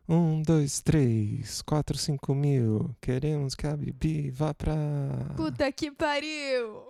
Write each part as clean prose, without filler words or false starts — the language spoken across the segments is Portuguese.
2, 3, 4, 5 mil. Queremos que a Bibi vá pra. Puta que pariu!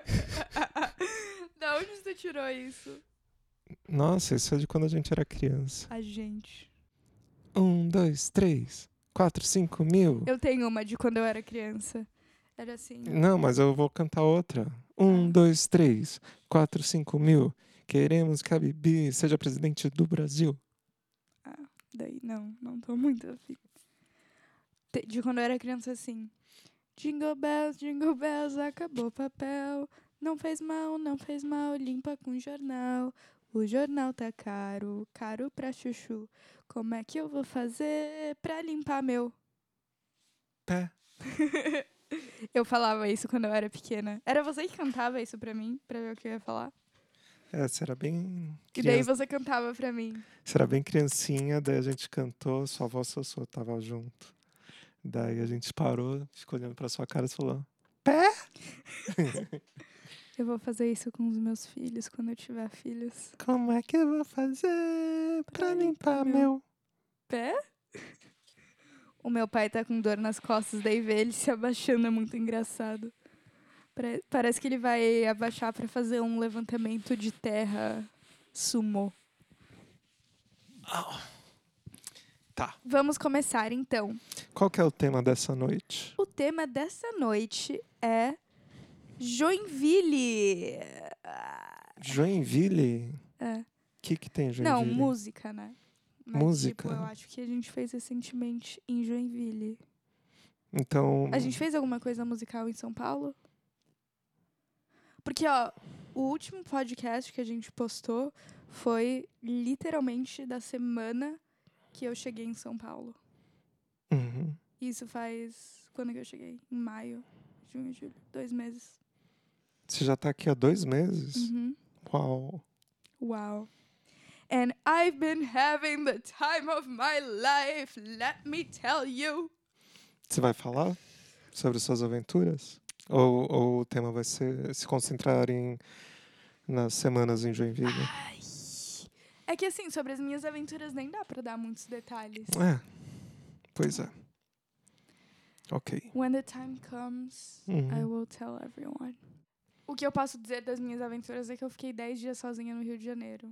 Da onde você tirou isso? Nossa, isso é de quando a gente era criança. A gente. 2, 3, 4, 5 mil. Eu tenho uma de quando eu era criança. Era assim. Não, mas eu vou cantar outra. Ah. 2, 3, 4, 5 mil. Queremos que a Bibi seja presidente do Brasil. Daí não tô muito afim. De quando eu era criança, assim. Jingle bells, acabou o papel. Não fez mal, limpa com jornal. O jornal tá caro, caro pra chuchu. Como é que eu vou fazer pra limpar meu? Pé. Eu falava isso quando eu era pequena. Era você que cantava isso pra mim, pra ver o que eu ia falar? Você era bem E daí criança. você cantava pra mim. Você era bem criancinha, daí a gente cantou, sua avó Sossô tava junto. Daí a gente parou, ficou olhando pra sua cara e falou: Pé? Eu vou fazer isso com os meus filhos quando eu tiver filhos. Como é que eu vou fazer pra limpar meu Pé? O meu pai tá com dor nas costas, daí ver ele se abaixando é muito engraçado. Parece que ele vai abaixar pra fazer um levantamento de terra sumô. Tá. Vamos começar então. Qual que é o tema dessa noite? O tema dessa noite é Joinville. Joinville? É. O que tem em Não, Joinville? música, né? Mas, Música? tipo, eu acho que a gente fez recentemente em Joinville. Então. A gente fez alguma coisa musical em São Paulo? Porque, ó, o último podcast que a gente postou foi literalmente da semana que eu cheguei em São Paulo. Uhum. Isso faz... Quando que eu cheguei? Em maio, junho, julho. 2 meses. Você já tá aqui há 2 meses? Uhum. Uau. Wow. And I've been having the time of my life, let me tell you. Você vai falar sobre suas aventuras? Ou o tema vai se concentrar nas semanas em Joinville? Ai. É que assim, sobre as minhas aventuras nem dá pra dar muitos detalhes. Pois é. Ok. When the time comes, I will tell everyone. O que eu posso dizer das minhas aventuras é que eu fiquei 10 dias sozinha no Rio de Janeiro.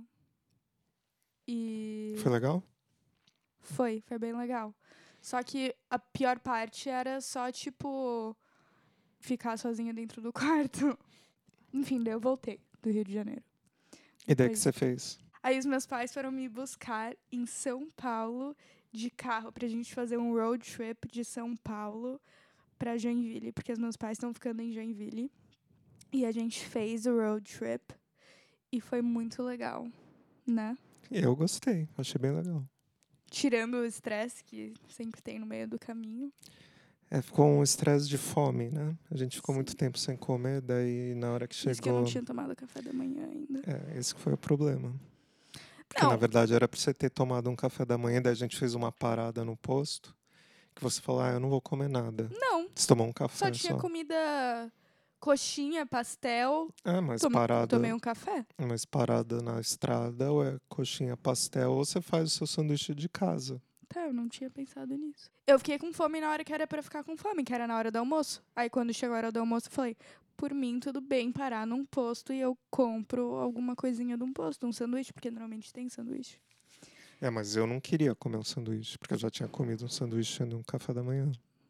E... Foi legal? Foi bem legal. Só que a pior parte era só, tipo, ficar sozinha dentro do quarto. Enfim, daí eu voltei do Rio de Janeiro. E daí que você fez? Aí os meus pais foram me buscar em São Paulo de carro pra gente fazer um road trip de São Paulo pra Joinville, porque os meus pais estão ficando em Joinville. E a gente fez o road trip e foi muito legal, né? Eu gostei, achei bem legal. Tirando o estresse que sempre tem no meio do caminho. Ficou um estresse de fome, né? A gente ficou Sim. muito tempo sem comer, daí na hora que chegou... Isso que eu não tinha tomado café da manhã ainda. Esse que foi o problema. Porque Não. na verdade era pra você ter tomado um café da manhã, daí a gente fez uma parada no posto, que você falou, eu não vou comer nada. Não. Você tomou um café Só tinha comida, coxinha, pastel. Mas Tomei um café. Mas parada na estrada, ou é coxinha, pastel, ou você faz o seu sanduíche de casa. Tá, eu não tinha pensado nisso. Eu fiquei com fome na hora que era pra ficar com fome, que era na hora do almoço. Aí quando chegou a hora do almoço, eu falei, por mim, tudo bem parar num posto e eu compro alguma coisinha de um posto, um sanduíche, porque normalmente tem sanduíche. Mas eu não queria comer um sanduíche, porque eu já tinha comido um sanduíche no café da manhã.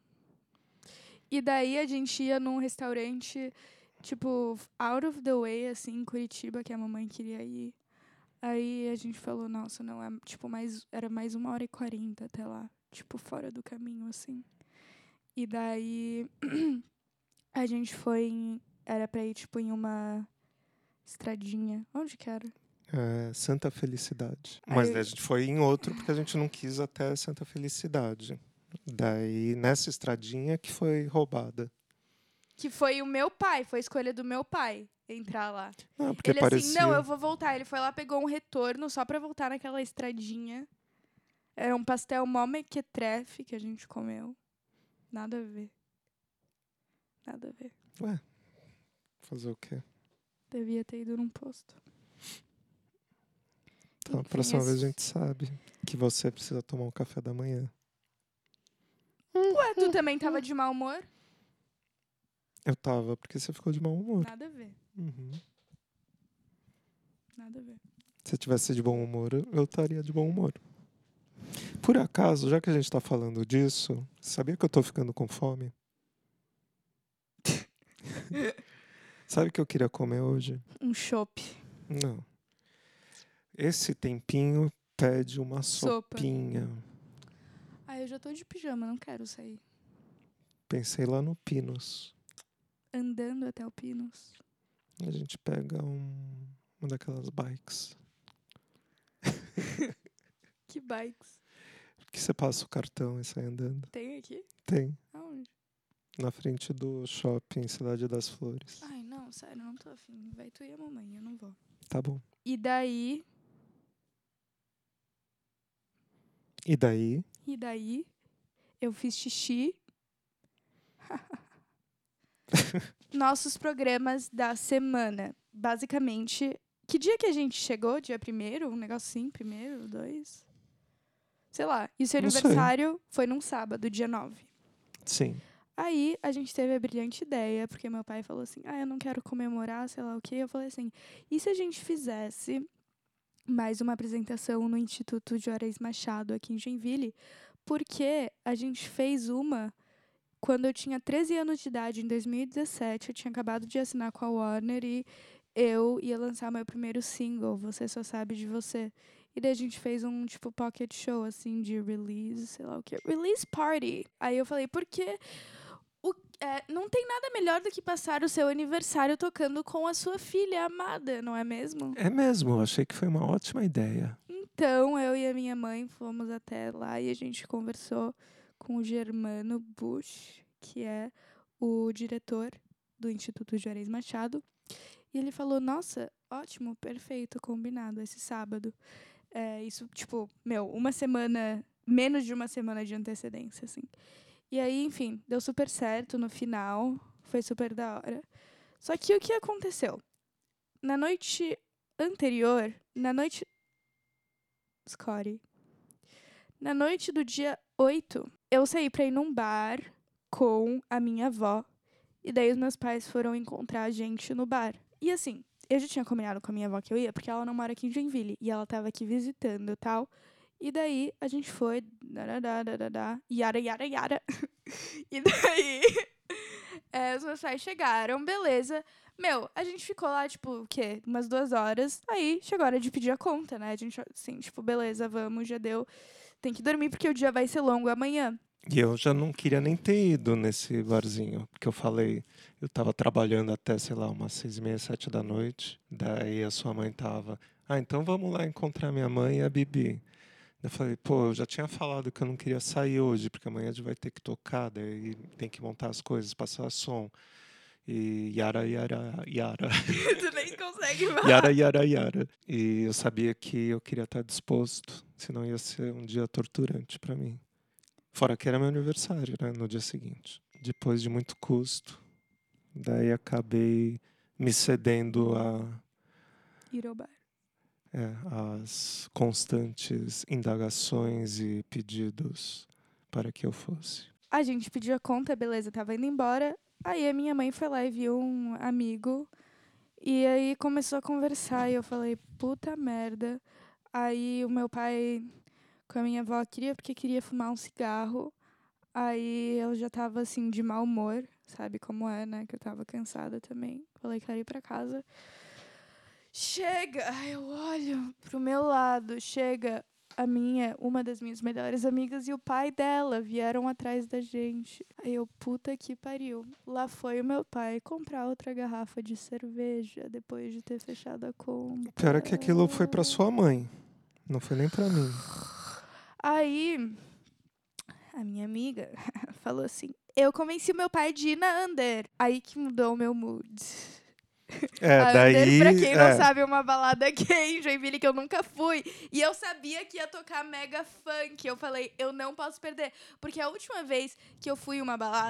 E daí a gente ia num restaurante, tipo, out of the way, assim, em Curitiba, que a mamãe queria ir. Aí a gente falou, nossa, não, tipo, era mais 1h40 até lá. Tipo, fora do caminho, assim. E daí a gente foi era pra ir, tipo, em uma estradinha. Onde que era? Santa Felicidade. Aí Mas daí a gente foi em outro, porque a gente não quis até Santa Felicidade. Daí, nessa estradinha que foi roubada. Que foi o meu pai, foi a escolha do meu pai entrar lá. Não, porque Ele parecia... assim, não, eu vou voltar. Ele foi lá, pegou um retorno só pra voltar naquela estradinha. Era um pastel mó mequetrefe que a gente comeu. Nada a ver. Nada a ver. Fazer o quê? Devia ter ido num posto. Então, a Enfim, próxima vez a gente sabe. que você precisa tomar um café da manhã. Ué, tu também tava de mau humor? Eu tava, porque você ficou de mau humor. Nada a ver. Uhum. Nada a ver. Se eu tivesse de bom humor, eu estaria de bom humor. Por acaso, já que a gente tá falando disso, sabia que eu tô ficando com fome? Sabe o que eu queria comer hoje? Um chopp. Não. Esse tempinho pede uma Sopa. sopinha. Ah, eu já tô de pijama, não quero sair. Pensei lá no Pinos. Andando até o Pinos. A gente pega uma daquelas bikes. Que bikes? Que você passa o cartão e sai andando. Tem aqui? Tem. Aonde? Na frente do shopping Cidade das Flores. Ai, não, sério, não tô afim. Vai tu e a mamãe, eu não vou. Tá bom. E daí, E daí? eu fiz xixi. Nossos programas da semana. Basicamente, que dia que a gente chegou? Dia 1º? Um negócio assim? 1º, 2? Sei lá. E o seu Não sei. aniversário foi num sábado, dia 9. Sim. Aí, a gente teve a brilhante ideia, porque meu pai falou assim, eu não quero comemorar, sei lá o quê. Eu falei assim, e se a gente fizesse mais uma apresentação no Instituto Juarez Machado, aqui em Joinville? Porque a gente fez uma quando eu tinha 13 anos de idade, em 2017. Eu tinha acabado de assinar com a Warner e eu ia lançar meu primeiro single, Você Só Sabe de Você. E daí a gente fez um, tipo, pocket show, assim, de release, sei lá o quê. Release party! Aí eu falei, por quê? Não tem nada melhor do que passar o seu aniversário tocando com a sua filha amada, não é mesmo? É mesmo, eu achei que foi uma ótima ideia. Então, eu e a minha mãe fomos até lá e a gente conversou com o Germano Bush, que é o diretor do Instituto Juarez Machado. E ele falou, nossa, ótimo, perfeito, combinado, esse sábado. Isso, tipo, uma semana, menos de uma semana de antecedência, assim. E aí, enfim, deu super certo no final. Foi super da hora. Só que o que aconteceu? Na noite anterior, Scotty. Na noite do dia 8, eu saí pra ir num bar com a minha avó. E daí os meus pais foram encontrar a gente no bar. E assim, eu já tinha combinado com a minha avó que eu ia, porque ela não mora aqui em Joinville. E ela tava aqui visitando e tal. E daí a gente foi. Yara, yara, yara. E daí os meus pais chegaram, beleza. A gente ficou lá, tipo, o quê? Umas 2 horas. Aí chegou a hora de pedir a conta, né? A gente, assim, tipo, beleza, vamos, já deu. Tem que dormir porque o dia vai ser longo amanhã. E eu já não queria nem ter ido nesse barzinho, porque eu falei, eu tava trabalhando até, sei lá, umas 6h30, 7 da noite. Daí a sua mãe tava, então vamos lá encontrar minha mãe e a Bibi. Eu falei, pô, eu já tinha falado que eu não queria sair hoje, porque amanhã a gente vai ter que tocar, daí tem que montar as coisas, passar som. E yara, yara, yara. Tu nem consegue falar. Yara, yara, yara. E eu sabia que eu queria estar disposto, senão ia ser um dia torturante para mim. Fora que era meu aniversário, né, no dia seguinte. Depois de muito custo, daí acabei me cedendo Ir ao bar. às constantes indagações e pedidos para que eu fosse. A gente pediu a conta, beleza, tava indo embora. Aí a minha mãe foi lá e viu um amigo. E aí começou a conversar. E eu falei, puta merda. Aí o meu pai com a minha avó porque queria fumar um cigarro. Aí eu já tava assim de mau humor, sabe como é, né? Que eu tava cansada também. Falei, quero ir pra casa. Chega! Aí eu olho pro meu lado, chega uma das minhas melhores amigas e o pai dela vieram atrás da gente. Aí eu, puta que pariu. Lá foi o meu pai comprar outra garrafa de cerveja depois de ter fechado a conta. Pior é que aquilo foi pra sua mãe, não foi nem pra mim. Aí, a minha amiga falou assim, eu convenci o meu pai de ir na Under. Aí que mudou o meu mood. A Under, pra quem não sabe, é uma balada gay em Joinville que eu nunca fui. E eu sabia que ia tocar mega funk. Eu falei, eu não posso perder. Porque a última vez que eu fui em uma balada,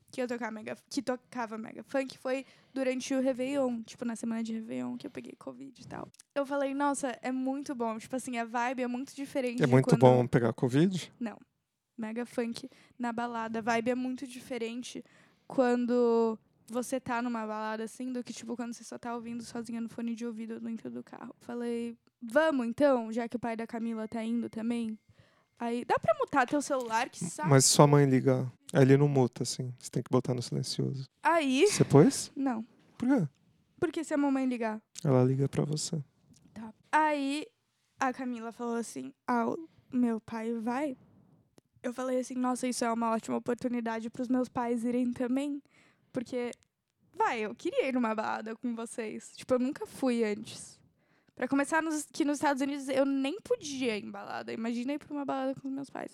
que tocava mega funk foi durante o Réveillon, tipo, na semana de Réveillon, que eu peguei Covid e tal. Eu falei, nossa, é muito bom. Tipo assim, a vibe é muito diferente É de muito quando... bom pegar Covid? Não. Mega funk na balada. A vibe é muito diferente quando você tá numa balada, assim, do que, tipo, quando você só tá ouvindo sozinha no fone de ouvido dentro do carro. Falei, vamos, então, já que o pai da Camila tá indo também. Aí, dá pra mutar teu celular? Que saco. Mas se sua mãe ligar, aí ele não muta, assim. Você tem que botar no silencioso. Aí... Você pôs? Não. Por quê? Porque se a mamãe ligar... Ela liga pra você. Tá. Aí, a Camila falou assim, o meu pai vai? Eu falei assim, nossa, isso é uma ótima oportunidade pros meus pais irem também. Porque, eu queria ir numa balada com vocês. Tipo, eu nunca fui antes. Pra começar, que nos Estados Unidos eu nem podia ir em balada. Imagina ir pra uma balada com os meus pais.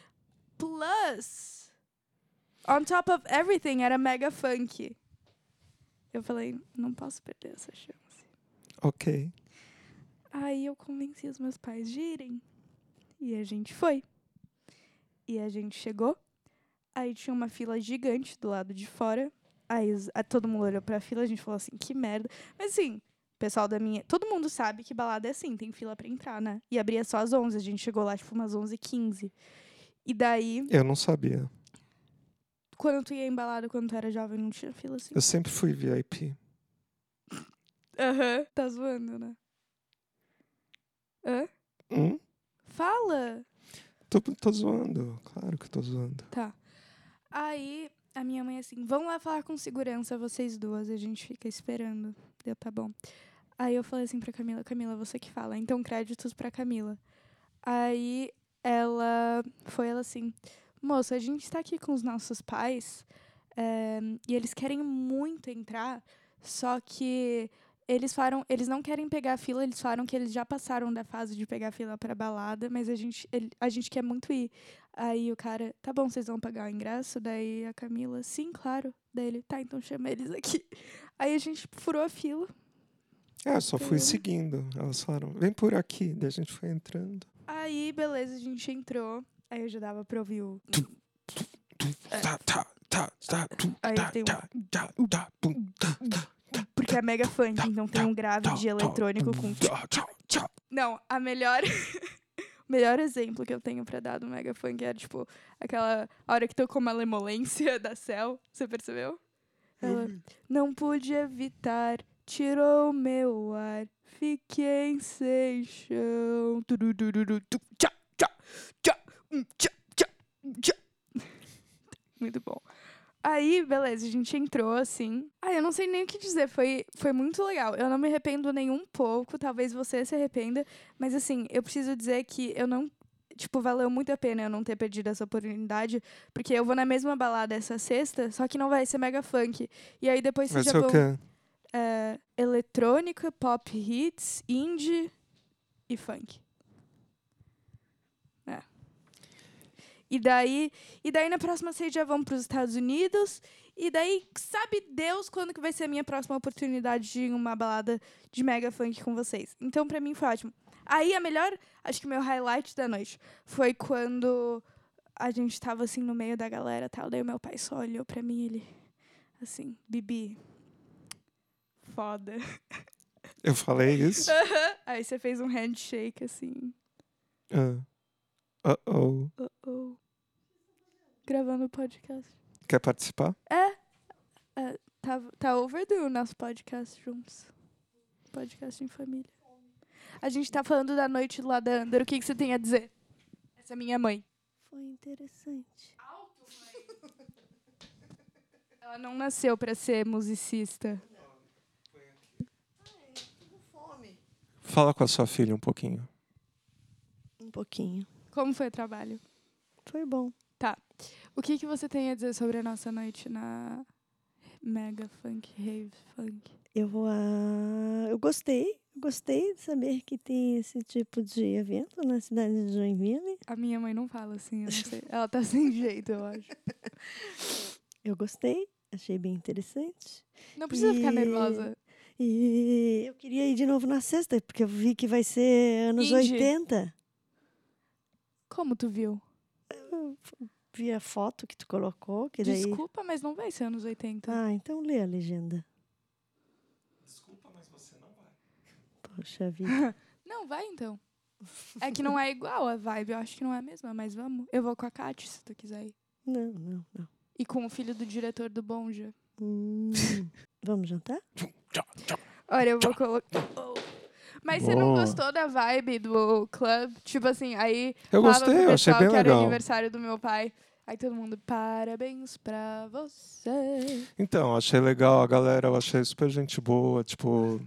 Plus, on top of everything, era mega funk. Eu falei, não posso perder essa chance. Ok. Aí eu convenci os meus pais de irem. E a gente foi. E a gente chegou. Aí tinha uma fila gigante do lado de fora. Aí todo mundo olhou pra fila, a gente falou assim, que merda. Mas assim, pessoal da minha... Todo mundo sabe que balada é assim, tem fila pra entrar, né? E abria só às 11, a gente chegou lá tipo umas 11h15. E daí... Eu não sabia. Quando tu ia em balada, quando tu era jovem, não tinha fila assim? Eu sempre fui VIP. Aham. Tá zoando, né? Hã? Fala! Tô zoando. Claro que tô zoando. Tá. Aí, a minha mãe assim, vão lá falar com segurança, vocês duas. A gente fica esperando. Deu, tá bom. Aí eu falei assim pra Camila, Camila, você que fala. Então, créditos pra Camila. Aí, ela assim, moça, a gente tá aqui com os nossos pais e eles querem muito entrar, só que eles não querem pegar a fila, eles falaram que eles já passaram da fase de pegar a fila pra balada, mas a gente quer muito ir. Aí o cara, tá bom, vocês vão pagar o ingresso? Daí a Camila, sim, claro. Daí ele, tá, então chama eles aqui. Aí a gente furou a fila. Eu só fui seguindo. Elas falaram, vem por aqui. Daí a gente foi entrando. Aí, beleza, a gente entrou. Aí eu já dava pra ouvir o... Aí tem porque é mega funk, então tem um grave de eletrônico com... Não, a melhor... O melhor exemplo que eu tenho pra dar do mega funk era, tipo, aquela hora que tocou Malemolência da Cell. Você percebeu? Ela, não pude evitar, tirou meu ar, fiquei sem chão. Muito bom. Aí, beleza, a gente entrou, assim. Eu não sei nem o que dizer, foi muito legal. Eu não me arrependo nem um pouco, talvez você se arrependa. Mas, assim, eu preciso dizer que eu não... Tipo, valeu muito a pena eu não ter perdido essa oportunidade, porque eu vou na mesma balada essa sexta, só que não vai ser mega funk. E aí depois vocês já vão... Vai ser o quê? Eletrônica, pop hits, indie e funk. E daí na próxima vocês já vão para os Estados Unidos. E daí, sabe Deus quando que vai ser a minha próxima oportunidade de ir em uma balada de mega funk com vocês. Então, pra mim, foi ótimo. Aí, acho que o meu highlight da noite foi quando a gente tava, assim, no meio da galera e tal. Daí o meu pai só olhou pra mim e ele, assim, Bibi, foda. Eu falei isso? Aí você fez um handshake, assim. Uh-oh. Gravando o podcast. Quer participar? Tá overdue o nosso podcast juntos. Podcast em família. A gente tá falando da noite lá da Under. O que você tem a dizer? Essa é minha mãe. Foi interessante. Ela não nasceu pra ser musicista. Tô com fome. Fala com a sua filha um pouquinho. Um pouquinho. Como foi o trabalho? Foi bom. Tá. O que você tem a dizer sobre a nossa noite na Mega Funk, Rave Funk? Eu gostei de saber que tem esse tipo de evento na cidade de Joinville. A minha mãe não fala assim, eu não sei. Ela tá sem jeito, eu acho. Eu gostei, achei bem interessante. Não precisa ficar nervosa. E eu queria ir de novo na sexta, porque eu vi que vai ser anos Indie. 80. Como tu viu? vi a foto que tu colocou, que daí... Desculpa, mas não vai ser anos 80. Ah, então lê a legenda. Desculpa, mas você não vai. Poxa vida. Não, vai então. É que não é igual a vibe, eu acho que não é a mesma, mas vamos. Eu vou com a Kate, se tu quiser ir. Não. E com o filho do diretor do Bonja. Vamos jantar? Olha, eu vou colocar... Mas você não gostou da vibe do club? Tipo assim, aí Eu falava gostei, pro eu achei pessoal bem que era o legal. aniversário do meu pai. Aí todo mundo, parabéns pra você. Então, achei legal a galera, eu achei super gente boa, tipo,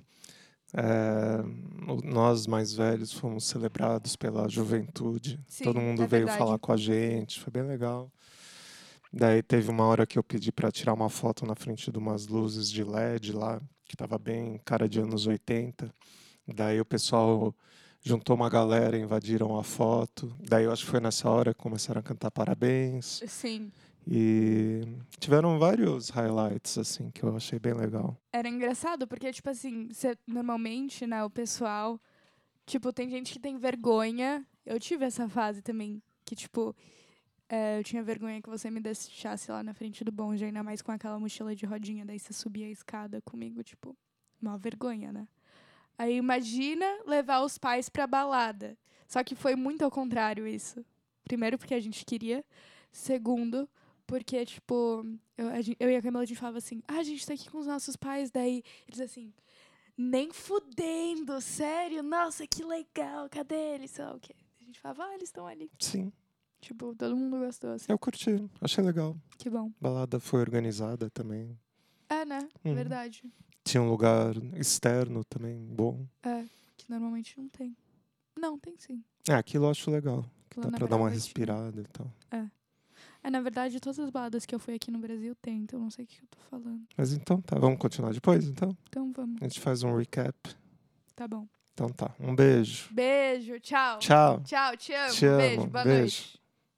nós mais velhos fomos celebrados pela juventude. Sim, Todo mundo é veio verdade. falar com a gente, foi bem legal. Daí teve uma hora que eu pedi para tirar uma foto na frente de umas luzes de LED lá, que tava bem cara de anos 80. Daí o pessoal juntou uma galera, invadiram a foto. Daí eu acho que foi nessa hora que começaram a cantar parabéns. Sim. E tiveram vários highlights, assim, que eu achei bem legal. Era engraçado, porque, tipo assim, normalmente, né, o pessoal... Tipo, tem gente que tem vergonha. Eu tive essa fase também, que, tipo... eu tinha vergonha que você me deixasse lá na frente do bonde, ainda mais com aquela mochila de rodinha. Daí você subia a escada comigo, tipo... Uma vergonha, né? Aí imagina levar os pais pra balada. Só que foi muito ao contrário isso. Primeiro, porque a gente queria. Segundo, porque, tipo, eu e a Camila, a gente falava assim, a gente tá aqui com os nossos pais. Daí eles assim, nem fudendo, sério? Nossa, que legal, cadê eles? Sei lá o quê. A gente falava, eles estão ali. Sim, Tipo, todo mundo gostou, assim. eu curti, achei legal. Que bom. A balada foi organizada também. É, né? Verdade. Tinha um lugar externo também bom. É, que normalmente não tem. Não, tem sim. Aquilo eu acho legal. Que Lá dá na pra dar uma Brava tinha. respirada e tal. Na verdade, todas as baladas que eu fui aqui no Brasil tem, então não sei o que eu tô falando. Mas então tá, vamos continuar depois, então? Então vamos. A gente faz um recap. Tá bom. Então tá, um beijo. Beijo, tchau. Tchau. Tchau, te amo. Te amo, Beijo, boa beijo. noite.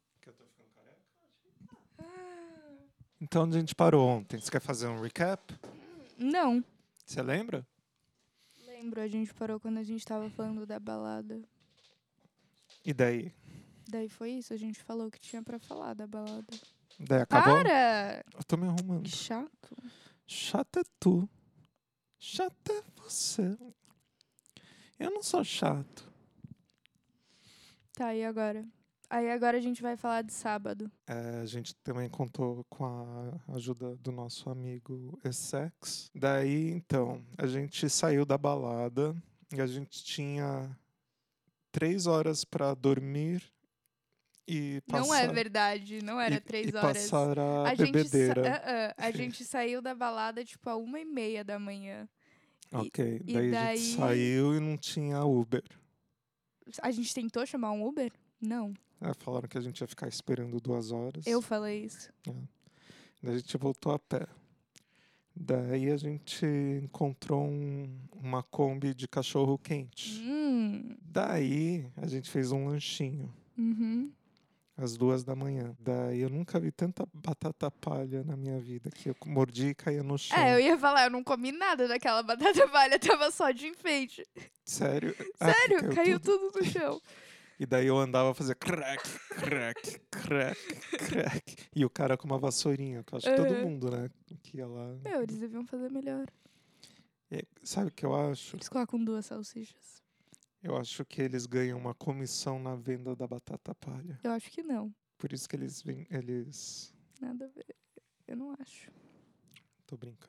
Então a gente parou ontem. Você quer fazer um recap? Não. Você lembra? Lembro, a gente parou quando a gente tava falando da balada. E daí? Daí foi isso, a gente falou o que tinha pra falar da balada. Daí acabou? Para! Eu tô me arrumando. Que chato. Chato é tu. Chato é você. Eu não sou chato. Tá, e agora? Aí agora a gente vai falar de sábado. A gente também contou com a ajuda do nosso amigo Essex. Daí, então, a gente saiu da balada e a gente tinha 3 horas pra dormir e passar... Não é verdade, não era 3 e horas. passar a gente bebedeira. a gente saiu da balada, tipo, 1h30 da manhã. Ok, e daí a daí- gente saiu e não tinha Uber. A gente tentou chamar um Uber? Não. Falaram que a gente ia ficar esperando 2 horas. Eu falei isso. Daí a gente voltou a pé. Daí a gente encontrou uma Kombi de cachorro quente. Daí a gente fez um lanchinho. Uhum. Às 2 da manhã. Daí eu nunca vi tanta batata palha na minha vida, que eu mordi e caía no chão. Eu ia falar, eu não comi nada daquela batata palha, tava só de enfeite. Sério? Sério, caiu tudo no chão. E daí eu andava a fazer crack, crack, crack, crack. E o cara com uma vassourinha, que eu acho que todo mundo, né, que ia lá. Eles deviam fazer melhor. Sabe o que eu acho? Eles colocam 2 salsichas. Eu acho que eles ganham uma comissão na venda da batata palha. Eu acho que não. Por isso que eles... Nada a ver. Eu não acho. Tô brincando.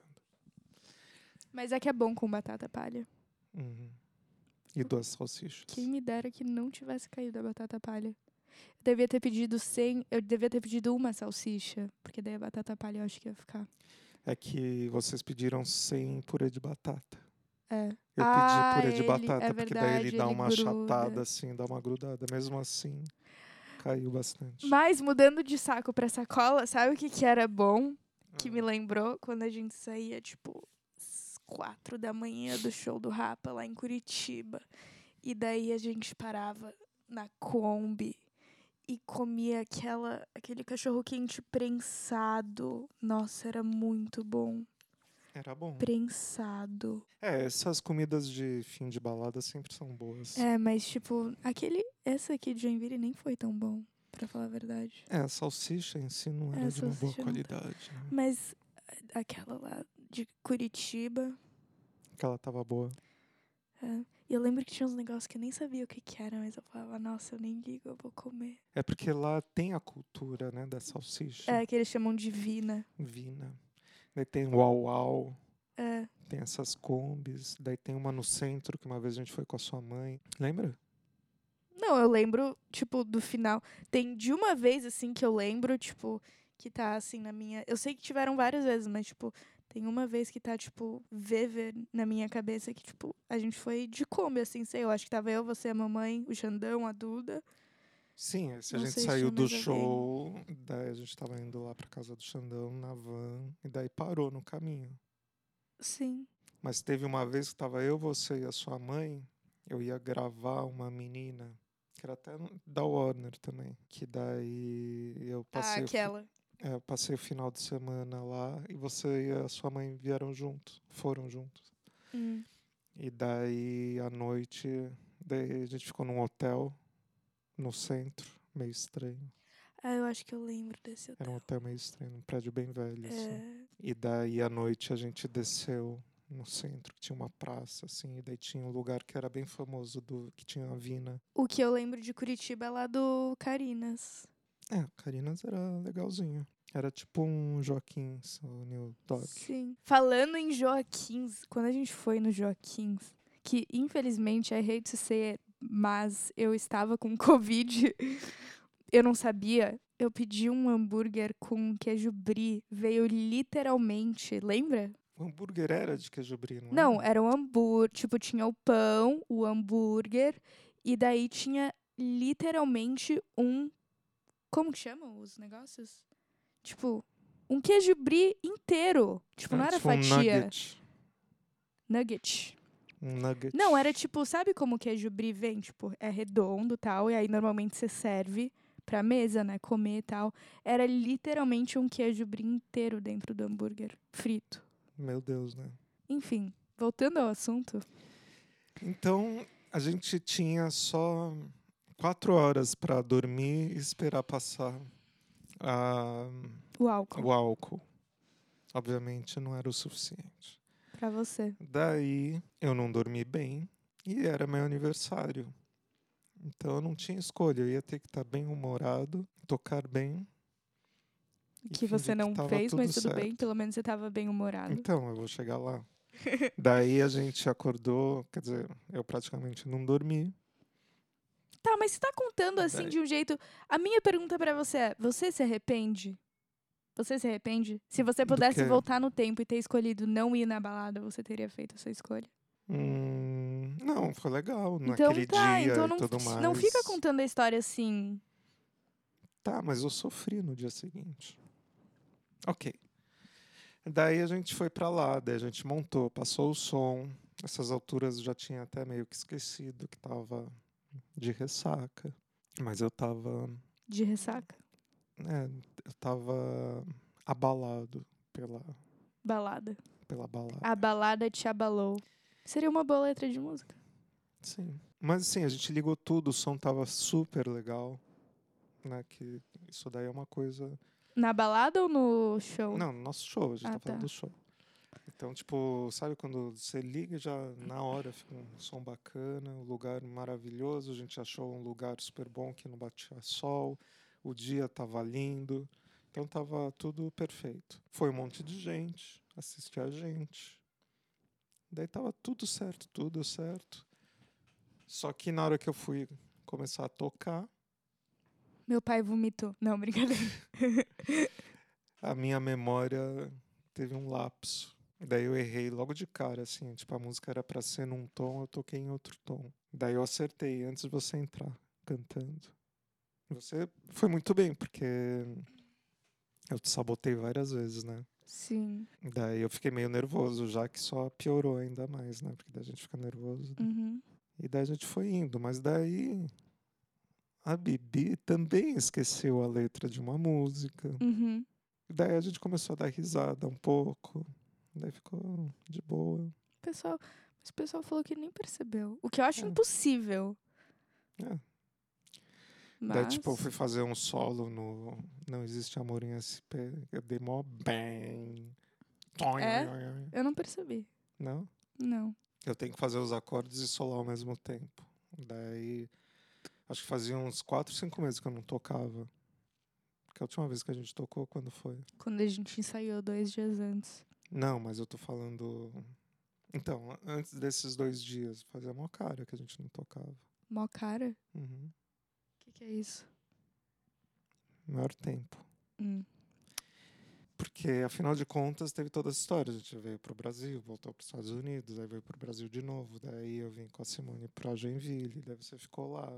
Mas é que é bom com batata palha. Uhum. E 2 salsichas. Quem me dera que não tivesse caído a batata palha. Eu devia ter pedido uma salsicha. Porque daí a batata palha eu acho que ia ficar. É que vocês pediram sem purê de batata. É. Eu pedi purê de batata, é porque verdade, daí ele dá uma gruda. achatada assim, dá uma grudada. Mesmo assim, caiu bastante. Mas mudando de saco pra sacola, sabe o que era bom? Que me lembrou quando a gente saía, tipo, às 4 da manhã do show do Rapa lá em Curitiba. E daí a gente parava na Kombi e comia aquele cachorro quente prensado. Nossa, era muito bom. Era bom. Prensado. Essas comidas de fim de balada sempre são boas. Mas tipo, esse aqui de Joinville nem foi tão bom. pra falar a verdade. A salsicha em si não era de uma boa salsicha não tá. qualidade. Né? Mas aquela lá de Curitiba... Que ela tava boa. E eu lembro que tinha uns negócios que eu nem sabia o que era, mas eu falava, nossa, eu nem ligo, eu vou comer. É porque lá tem a cultura, né, da salsicha. É, que eles chamam de Vina. Vina. Daí tem o Uau, É. tem essas combis. Daí tem uma no centro, que uma vez a gente foi com a sua mãe. Lembra? Não, eu lembro, tipo, do final. Tem de uma vez, assim, que eu lembro, tipo, que tá, assim, na minha... Eu sei que tiveram várias vezes, mas, tipo, tem uma vez que tá, tipo, viver na minha cabeça que, tipo, a gente foi de Kombi, assim, sei, eu acho que tava eu, você, a mamãe, o Xandão, a Duda. Sim, aí se a Não gente sei se saiu tinha do mais alguém. show, daí a gente tava indo lá pra casa do Xandão na van, e daí parou no caminho. Sim. Mas teve uma vez que tava eu, você e a sua mãe, eu ia gravar uma menina, que era até da Warner também, que daí eu passei, Aquela. eu passei o final de semana lá, e você e a sua mãe vieram juntos, foram juntos. E daí, à noite, daí a gente ficou num hotel, no centro, meio estranho. Eu acho que eu lembro desse hotel. Era um hotel meio estranho, um prédio bem velho, assim. É. E daí, à noite, a gente desceu no centro, que tinha uma praça, assim, e daí tinha um lugar que era bem famoso, que tinha a Vina. O que eu lembro de Curitiba é lá do Carinas. Carinas era legalzinho. Era tipo um Joaquins, o New Dog. Sim. Falando em Joaquins, quando a gente foi no Joaquins, que infelizmente, I hate to say it, mas eu estava com Covid, eu não sabia. Eu pedi um hambúrguer com queijo brie, veio literalmente, lembra? O hambúrguer era de queijo brie, não Não, era? era um hambúrguer, tipo, tinha o pão, o hambúrguer, e daí tinha literalmente um... Como que chamam os negócios? Tipo, um queijo brie inteiro. Tipo, não era Tipo um fatia. nugget. Nugget. Um nugget. Não, era tipo, sabe como o queijo brie vem? Tipo, é redondo e tal, e aí normalmente você serve pra mesa, né, comer e tal. Era literalmente um queijo brie inteiro dentro do hambúrguer, frito. Meu Deus, né? Enfim, voltando ao assunto. Então, a gente tinha só 4 horas para dormir e esperar passar O álcool, o álcool. Obviamente não era o suficiente. pra você. Daí eu não dormi bem e era meu aniversário. Então eu não tinha escolha, eu ia ter que estar bem humorado, tocar bem. E Que você fingir que não tava fez, mas tudo certo. bem, pelo menos você tava bem humorado. Então, eu vou chegar lá. Daí a gente acordou, quer dizer, eu praticamente não dormi. Tá, mas você tá contando assim Daí- de um jeito... A minha pergunta pra você é, você se arrepende? Você se arrepende? Se você Do pudesse quê? voltar no tempo e ter escolhido não ir na balada, você teria feito essa escolha? Não, foi legal Então naquele tá, dia então e tudo mais. não fica contando a história assim. Tá, mas eu sofri no dia seguinte. Ok. Daí a gente foi pra lá, daí a gente montou, passou o som. Essas alturas eu já tinha até meio que esquecido que tava de ressaca. Mas eu tava. De ressaca? Eu tava abalado pela Balada. balada. A balada te abalou. Seria uma boa letra de música. Sim. Mas assim, a gente ligou tudo, o som tava super legal. Né, que isso daí é uma coisa. Na balada ou no show? Não, no nosso show, a gente tá falando tá. do show. Então, tipo, sabe quando você liga já na hora fica um som bacana, um lugar maravilhoso, a gente achou um lugar super bom que não batia sol, o dia tava lindo, então tava tudo perfeito. Foi um monte de gente assistir a gente. Daí tava tudo certo. Só que na hora que eu fui começar a tocar, Meu pai vomitou. Não, brincadeira. a minha memória teve um lapso. Daí eu errei logo de cara, assim. Tipo, a música era pra ser num tom, eu toquei em outro tom. Daí eu acertei antes de você entrar cantando. Você foi muito bem, porque eu te sabotei várias vezes, né? Sim. Daí eu fiquei meio nervoso, já que só piorou ainda mais, né? Porque daí a gente fica nervoso. Uhum. E daí a gente foi indo, mas daí a Bibi também esqueceu a letra de uma música. Uhum. E daí a gente começou a dar risada um pouco. Daí ficou de boa. Mas o pessoal falou que nem percebeu. O que eu acho É. impossível. É. Daí, tipo, eu Mas fui fazer um solo no Não Existe Amor em SP. Eu dei mó bem. eu não percebi. Não? Não. Eu tenho que fazer os acordes e solar ao mesmo tempo. Daí, acho que fazia uns 4, 5 meses que eu não tocava. Que a última vez que a gente tocou, quando foi? Quando a gente ensaiou 2 dias antes. Não, mas eu tô falando... Então, antes desses 2 dias, fazia mó cara que a gente não tocava. Mó cara? Uhum. O que é isso? Maior tempo. Hum. Porque, afinal de contas, teve toda essa história. A gente veio pro Brasil, voltou pros Estados Unidos, aí veio pro Brasil de novo. Daí eu vim com a Simone pra Joinville, daí você ficou lá.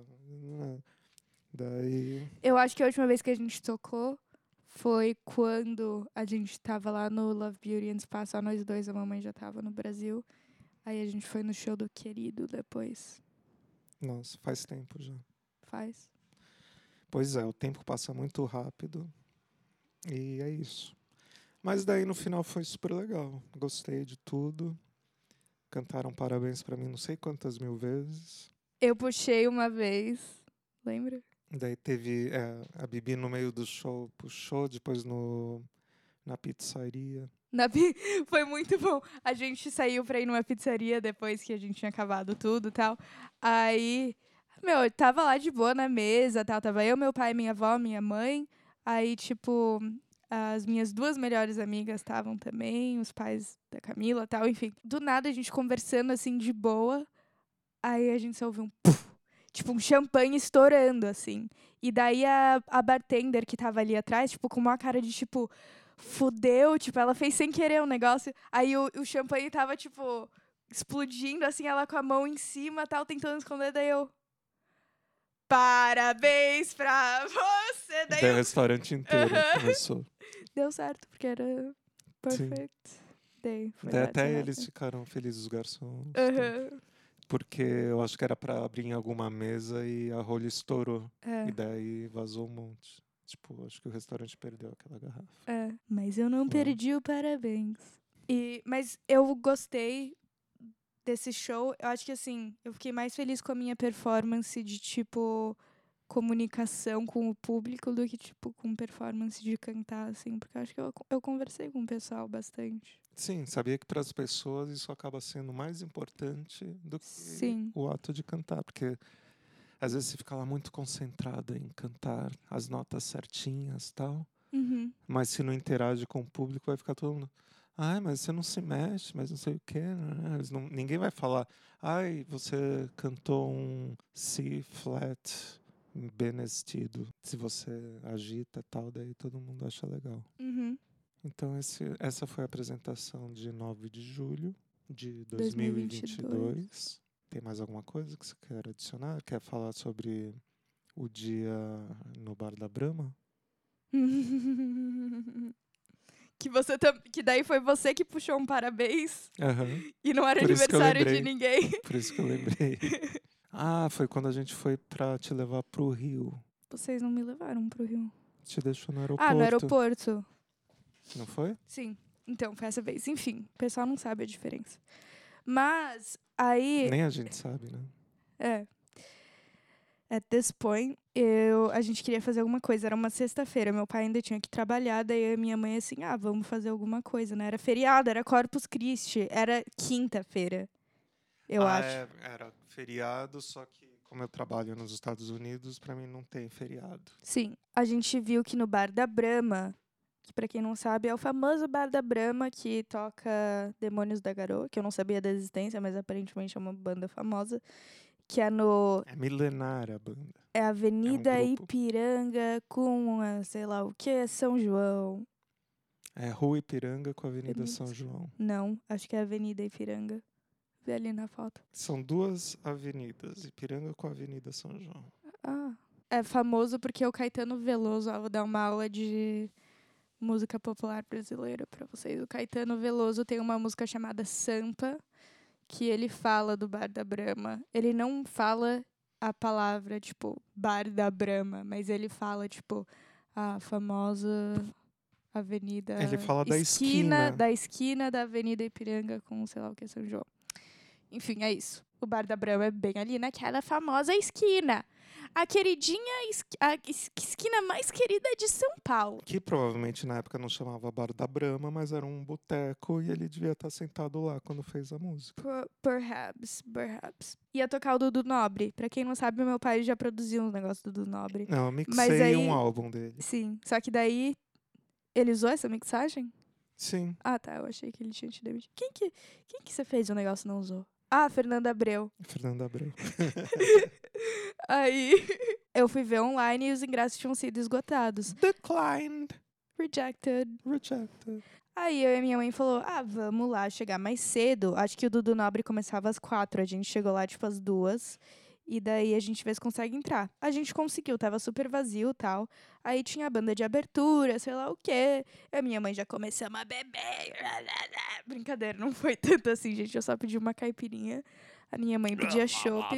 Daí... Eu acho que a última vez que a gente tocou foi quando a gente tava lá no Love Beauty and Spa, só nós dois, a mamãe já tava no Brasil. Aí a gente foi no show do Querido depois. Nossa, faz tempo já. Faz. Pois é, o tempo passa muito rápido. E é isso. Mas daí no final foi super legal. Gostei de tudo. Cantaram parabéns pra mim não sei quantas mil vezes. Eu puxei uma vez, lembra? Daí teve a Bibi no meio do show, puxou, depois na pizzaria. Foi muito bom. A gente saiu pra ir numa pizzaria depois que a gente tinha acabado tudo e tal. Aí, eu tava lá de boa na mesa, tal. Tava eu, meu pai, minha avó, minha mãe. Aí, tipo, as minhas 2 melhores amigas estavam também, os pais da Camila, tal, enfim. Do nada a gente conversando assim de boa. Aí a gente só ouviu um puf, tipo um champanhe estourando assim. E daí a bartender que tava ali atrás, tipo, com uma cara de tipo, fudeu, tipo, ela fez sem querer um negócio. Aí o champanhe tava tipo explodindo assim, ela com a mão em cima, tal, tentando esconder, daí eu parabéns pra você. Daí Daí o restaurante inteiro começou. deu certo, porque era Sim. perfect day. For Daí that to até happen. eles ficaram felizes, os garçons. Aham. Porque eu acho que era pra abrir em alguma mesa e a rolha estourou. É. E daí vazou um monte. Tipo, acho que o restaurante perdeu aquela garrafa. É, mas eu não Uau. perdi o parabéns. Mas eu gostei desse show. Eu acho que, assim, eu fiquei mais feliz com a minha performance de, tipo, comunicação com o público do que, tipo, com performance de cantar, assim. Porque eu acho que eu conversei com o pessoal bastante. Sim, sabia que para as pessoas isso acaba sendo mais importante do que Sim. o ato de cantar. Porque às vezes você fica lá muito concentrada em cantar as notas certinhas e tal. Uhum. Mas se não interage com o público, vai ficar todo mundo... Ai, mas você não se mexe, mas não sei o quê. Né? Ninguém vai falar... Ai, você cantou um C flat benestido. Se você agita e tal, daí todo mundo acha legal. Uhum. Então, essa foi a apresentação de 9 de julho de 2022. 2022. Tem mais alguma coisa que você quer adicionar? Quer falar sobre o dia no Bar da Brahma? Que daí foi você que puxou um parabéns Aham. e não era Por isso que eu aniversário de lembrei. ninguém. Por isso que eu lembrei. Ah, foi quando a gente foi pra te levar pro Rio. Vocês não me levaram pro Rio. Te deixou no aeroporto. Ah, no aeroporto. Não foi? Sim. Então, foi essa vez. Enfim, o pessoal não sabe a diferença. Mas, aí... Nem a gente sabe, né? É. At this point, a gente queria fazer alguma coisa. Era uma sexta-feira. Meu pai ainda tinha que trabalhar. Daí eu e minha mãe assim, vamos fazer alguma coisa, né? Era feriado, era Corpus Christi. Era quinta-feira, eu acho. Era feriado, só que como eu trabalho nos Estados Unidos, pra mim não tem feriado. Sim. A gente viu que no Bar da Brahma, que pra quem não sabe é o famoso Bar da Brahma, que toca Demônios da Garoa, que eu não sabia da existência, mas aparentemente é uma banda famosa, que é no... É milenária a banda. É Avenida grupo. Ipiranga com, sei lá o que, São João. É Rua Ipiranga com a Avenida Avenida São João. Não, acho que é Avenida Ipiranga. Vê ali na foto. São 2 avenidas, Ipiranga com a Avenida São João. Ah, é famoso porque o Caetano Veloso, vou dar uma aula de música popular brasileira pra vocês. O Caetano Veloso tem uma música chamada Sampa, que ele fala do Bar da Brahma. Ele não fala a palavra, tipo, Bar da Brahma, mas ele fala, tipo, a famosa avenida... Ele fala da esquina. Da esquina da Avenida Ipiranga com, sei lá o que, São João. Enfim, é isso. O Bar da Brahma é bem ali naquela famosa esquina. A queridinha, a esquina mais querida de São Paulo. Que provavelmente na época não chamava Bar da Brahma, mas era um boteco e ele devia estar sentado lá quando fez a música. Perhaps. Ia tocar o Dudu Nobre. Pra quem não sabe, meu pai já produziu um negócio do Dudu Nobre. Não, eu Mas mixei aí- um álbum dele. Sim, só que daí ele usou essa mixagem? Sim. Ah, tá, eu achei que ele tinha te demitido. Quem que você fez o negócio e não usou? Ah, Fernanda Abreu. Fernando Abreu. Aí eu fui ver online e os ingressos tinham sido esgotados. Declined. Rejected. Rejected. Aí eu e minha mãe falou, vamos lá chegar mais cedo. Acho que o Dudu Nobre começava às 4, a gente chegou lá tipo às 2. E daí a gente vê se consegue entrar. A gente conseguiu, tava super vazio e tal. Aí tinha a banda de abertura, sei lá o quê. A minha mãe já começamos a beber. Brincadeira, não foi tanto assim, gente. Eu só pedi uma caipirinha. A minha mãe pedia chopp.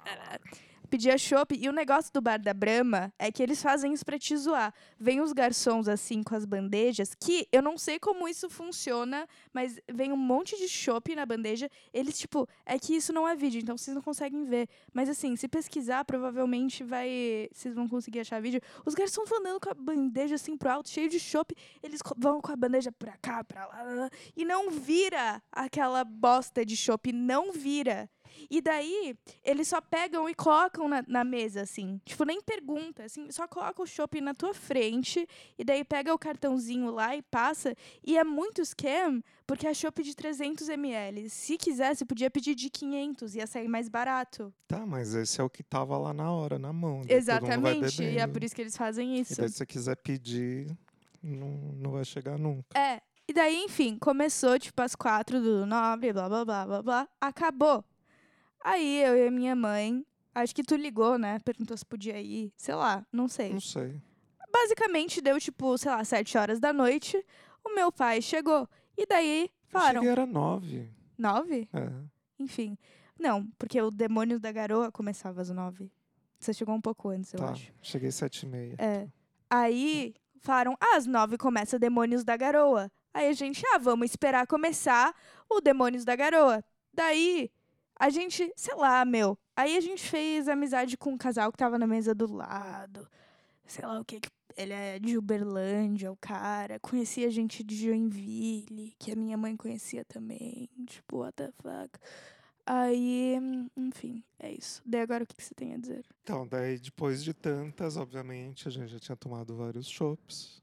Pedia chopp. E o negócio do Bar da Brahma é que eles fazem isso pra te zoar. Vem os garçons assim com as bandejas, que eu não sei como isso funciona, mas vem um monte de chopp na bandeja. Eles, tipo, é que isso não é vídeo, então vocês não conseguem ver. Mas assim, se pesquisar, provavelmente vocês vão conseguir achar vídeo. Os garçons vão andando com a bandeja assim pro alto, cheio de chopp. Eles vão com a bandeja pra cá, pra lá. E não vira aquela bosta de chopp, não vira. E daí, eles só pegam e colocam na mesa, assim. Tipo, nem pergunta, assim. Só coloca o chopp na tua frente. E daí pega o cartãozinho lá e passa. E é muito scam, porque é chopp de 300 ml. Se quisesse, podia pedir de 500. Ia sair mais barato. Tá, mas esse é o que tava lá na hora, na mão. Daí todo mundo vai Exatamente. E é bebendo. por isso que eles fazem E isso. daí se você quiser pedir, não vai chegar nunca. É. E daí, enfim, começou, tipo, às 4 do Nobre, blá, blá, blá, blá, blá. Acabou. Aí, eu e a minha mãe, acho que tu ligou, né? Perguntou se podia ir, sei lá, não sei. Não sei. Basicamente, deu, tipo, sei lá, 7 horas da noite, o meu pai chegou. E daí, Eu falaram, cheguei, era 9. 9? É. Enfim. Não, porque o Demônios da Garoa começava às 9. Você chegou um pouco antes, eu Tá, acho. cheguei 7h30. É. Aí, falaram, às 9 começa Demônios da Garoa. Aí a gente, vamos esperar começar o Demônios da Garoa. Daí, a gente, sei lá, meu. Aí a gente fez amizade com um casal que tava na mesa do lado. Sei lá o que. Ele é de Uberlândia, o cara. Conhecia gente de Joinville, que a minha mãe conhecia também. Tipo, what the fuck. Aí, enfim, é isso. Daí agora o que você tem a dizer? Então, daí depois de tantas, obviamente, a gente já tinha tomado vários chopps.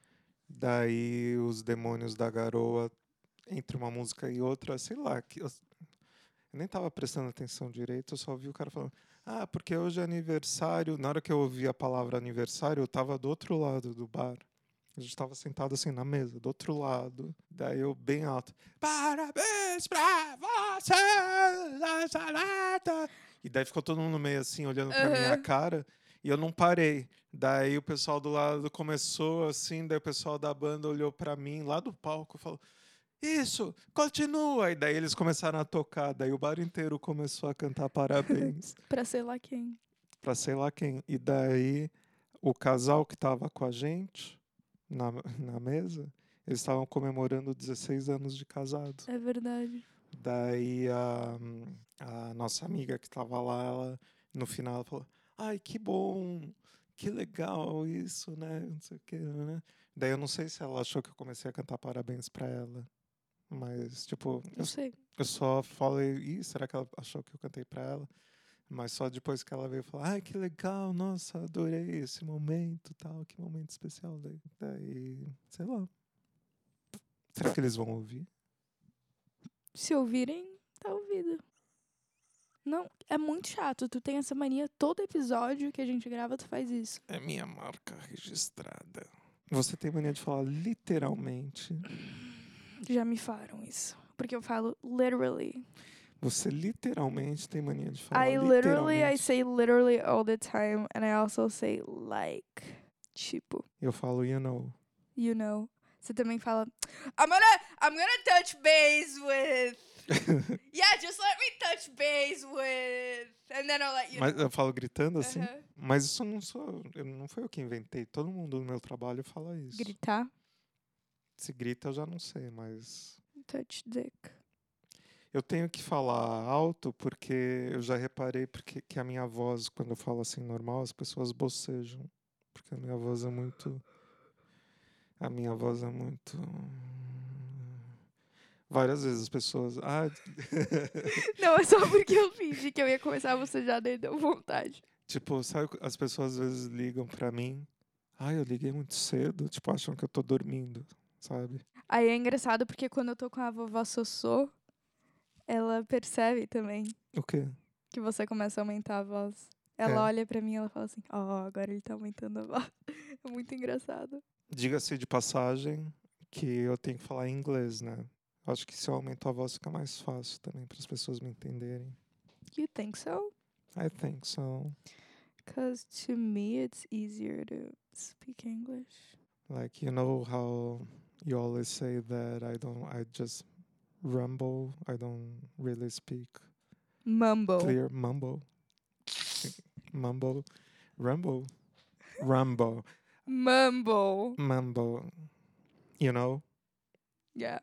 Daí os Demônios da Garoa, entre uma música e outra, sei lá, eu nem tava prestando atenção direito, eu só ouvi o cara falando, porque hoje é aniversário. Na hora que eu ouvi a palavra aniversário, eu tava do outro lado do bar. A gente tava sentado assim na mesa, do outro lado. Daí eu bem alto, parabéns pra você nessa data. E daí ficou todo mundo meio assim, olhando pra minha cara. E eu não parei. Daí o pessoal do lado começou assim, daí o pessoal da banda olhou pra mim lá do palco e falou, isso, continua. E daí eles começaram a tocar. Daí o bar inteiro começou a cantar parabéns. Pra sei lá quem. Pra sei lá quem. E daí o casal que tava com a gente na mesa, eles estavam comemorando 16 anos de casado. É verdade. Daí a nossa amiga que tava lá, ela, no final, ela falou, ai, que bom, que legal isso, né? Não sei o que, né? Daí eu não sei se ela achou que eu comecei a cantar parabéns pra ela. Mas, tipo, Não sei. eu só falei, será que ela achou que eu cantei pra ela? Mas só depois que ela veio falar, ai, que legal, nossa, adorei esse momento, tal, que momento especial. Daí, sei lá. Será que eles vão ouvir? Se ouvirem, tá ouvido. Não, é muito chato. Tu tem essa mania, todo episódio que a gente grava, tu faz isso. É minha marca registrada. Você tem mania de falar literalmente. Já me falaram isso. Porque eu falo literally. Você literalmente tem mania de falar I literalmente. say literally all the time. And I also say like. Tipo, Eu falo, you know. you know. Você também fala, I'm gonna touch base with. Yeah, just let me touch base with. And then I'll let you Mas know. eu falo gritando assim. Aham. Mas isso não foi eu que inventei. Todo mundo no meu trabalho fala isso. Gritar. Se grita eu já não sei, mas... Touch dick. Eu tenho que falar alto porque eu já reparei que a minha voz, quando eu falo assim normal, as pessoas bocejam. Porque a minha voz é muito. A minha voz é muito. Várias vezes as pessoas. Ah, Não, é só porque eu fingi que eu ia começar a bocejar, daí deu vontade. tipo, sabe, as pessoas às vezes ligam pra mim. Ah, eu liguei muito cedo. Tipo, acham que eu tô dormindo, sabe? Aí é engraçado porque quando eu tô com a vovó Sossô, ela percebe também O quê? que você começa a aumentar a voz. Ela É. olha pra mim e ela fala assim, agora ele tá aumentando a voz. É muito engraçado. Diga-se de passagem que eu tenho que falar em inglês, né? Acho que se eu aumento a voz fica mais fácil também para as pessoas me entenderem. You think so? I think so. Because to me it's easier to speak English. Like, you know how you always say that I just rumble, I don't really speak Mumble. clear mumble. Mumble. Rumble. Rumble. Mumble. Mumble. You know? Yeah.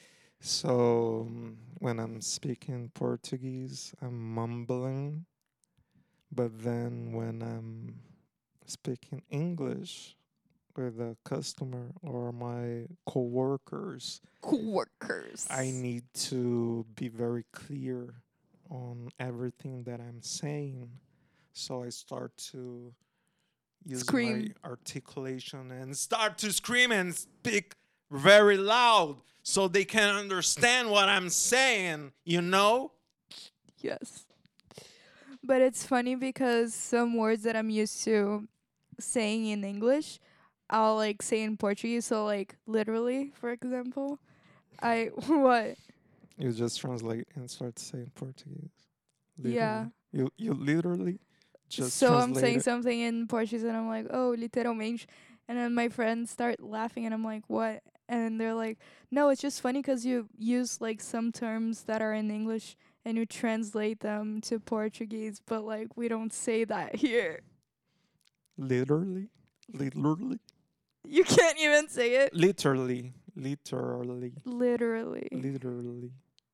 So when I'm speaking Portuguese, I'm mumbling. But then when I'm speaking English with a customer or my coworkers, Coworkers. I need to be very clear on everything that I'm saying. So I start to use Scream. my articulation and start to scream and speak very loud so they can understand what I'm saying, you know? Yes. But it's funny because some words that I'm used to saying in English, I'll like say in Portuguese. So like literally, for example, what? You just translate and start saying Portuguese. Yeah. You literally just So I'm translate saying it. something in Portuguese and I'm like, oh, literalmente. And then my friends start laughing and I'm like, what? And they're like, no, it's just funny because you use like some terms that are in English and you translate them to Portuguese, but like we don't say that here. Literally. Literally. You can't even say it. Literally. Literally. Literally. Literally.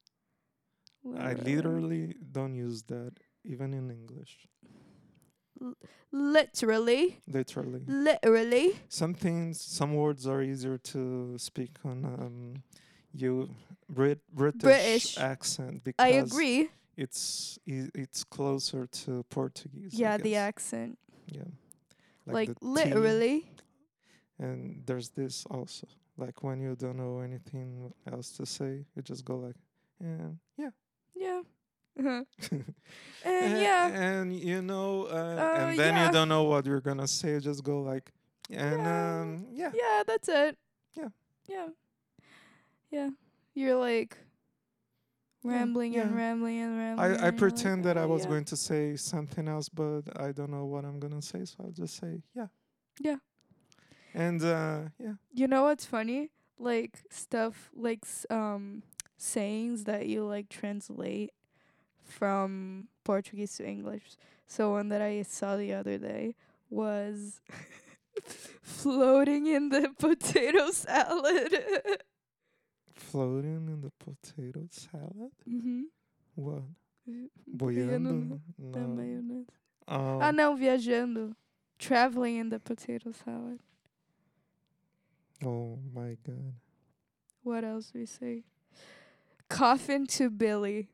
I literally don't use that even in English. Literally. Literally. Literally. Some words are easier to speak on British British. accent because I agree. it's closer to Portuguese. I Yeah, the guess. accent. Yeah. Like the T. literally. And there's this also. Like when you don't know anything else to say, you just go like, yeah. Yeah. And yeah. And you know, and then yeah. you don't know what you're gonna say. You just go like, and yeah. Yeah, that's it. Yeah. Yeah. Yeah. You're like rambling and yeah. rambling and rambling. I and you're pretend like, that I was yeah. going to say something else, but I don't know what I'm gonna say, so I'll just say yeah. Yeah. And yeah. You know what's funny? Like stuff like sayings that you like translate from Portuguese to English. So one that I saw the other day was floating in the potato salad. Floating in the potato salad? Mm-hmm. What? Boiando Boiando? na No. maionese. Oh. Ah, não, viajando. Traveling in the potato salad. Oh my god. What else we say? Coffin to Billy.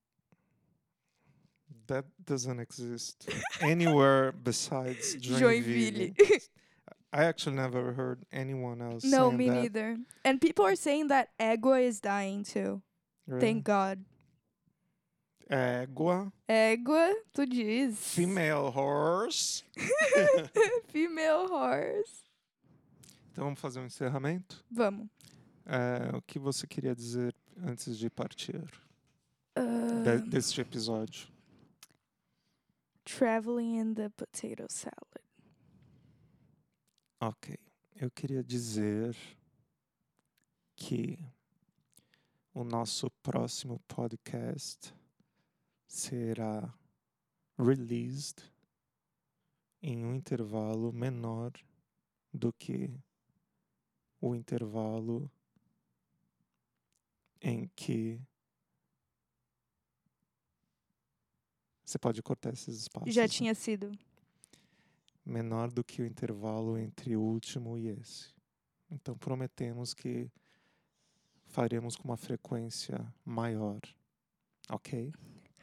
That doesn't exist anywhere besides Joinville. Joinville. I actually never heard anyone else No, saying me that. neither. And people are saying that égua is dying too. Really? Thank God. Égua. Égua, tu diz. Female horse. Female horse. Então vamos fazer um encerramento? Vamos. O que você queria dizer antes de partir deste episódio? Traveling in the potato salad. Ok. Eu queria dizer que o nosso próximo podcast será released em um intervalo menor do que o intervalo em que Você pode cortar esses espaços. Já né? tinha sido. Menor do que o intervalo entre o último e esse. Então, prometemos que faremos com uma frequência maior. Ok?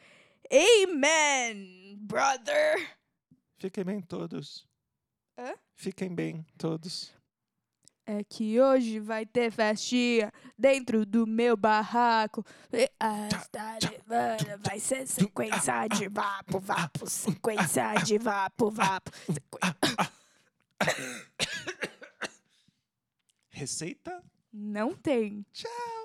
Amen, brother! Fiquem bem todos. Hã? Fiquem bem todos. É que hoje vai ter festinha dentro do meu barraco. E a cidade, mano, vai ser sequência de vapo, vapo, sequência de vapo, vapo. Receita? Não tem. Tchau!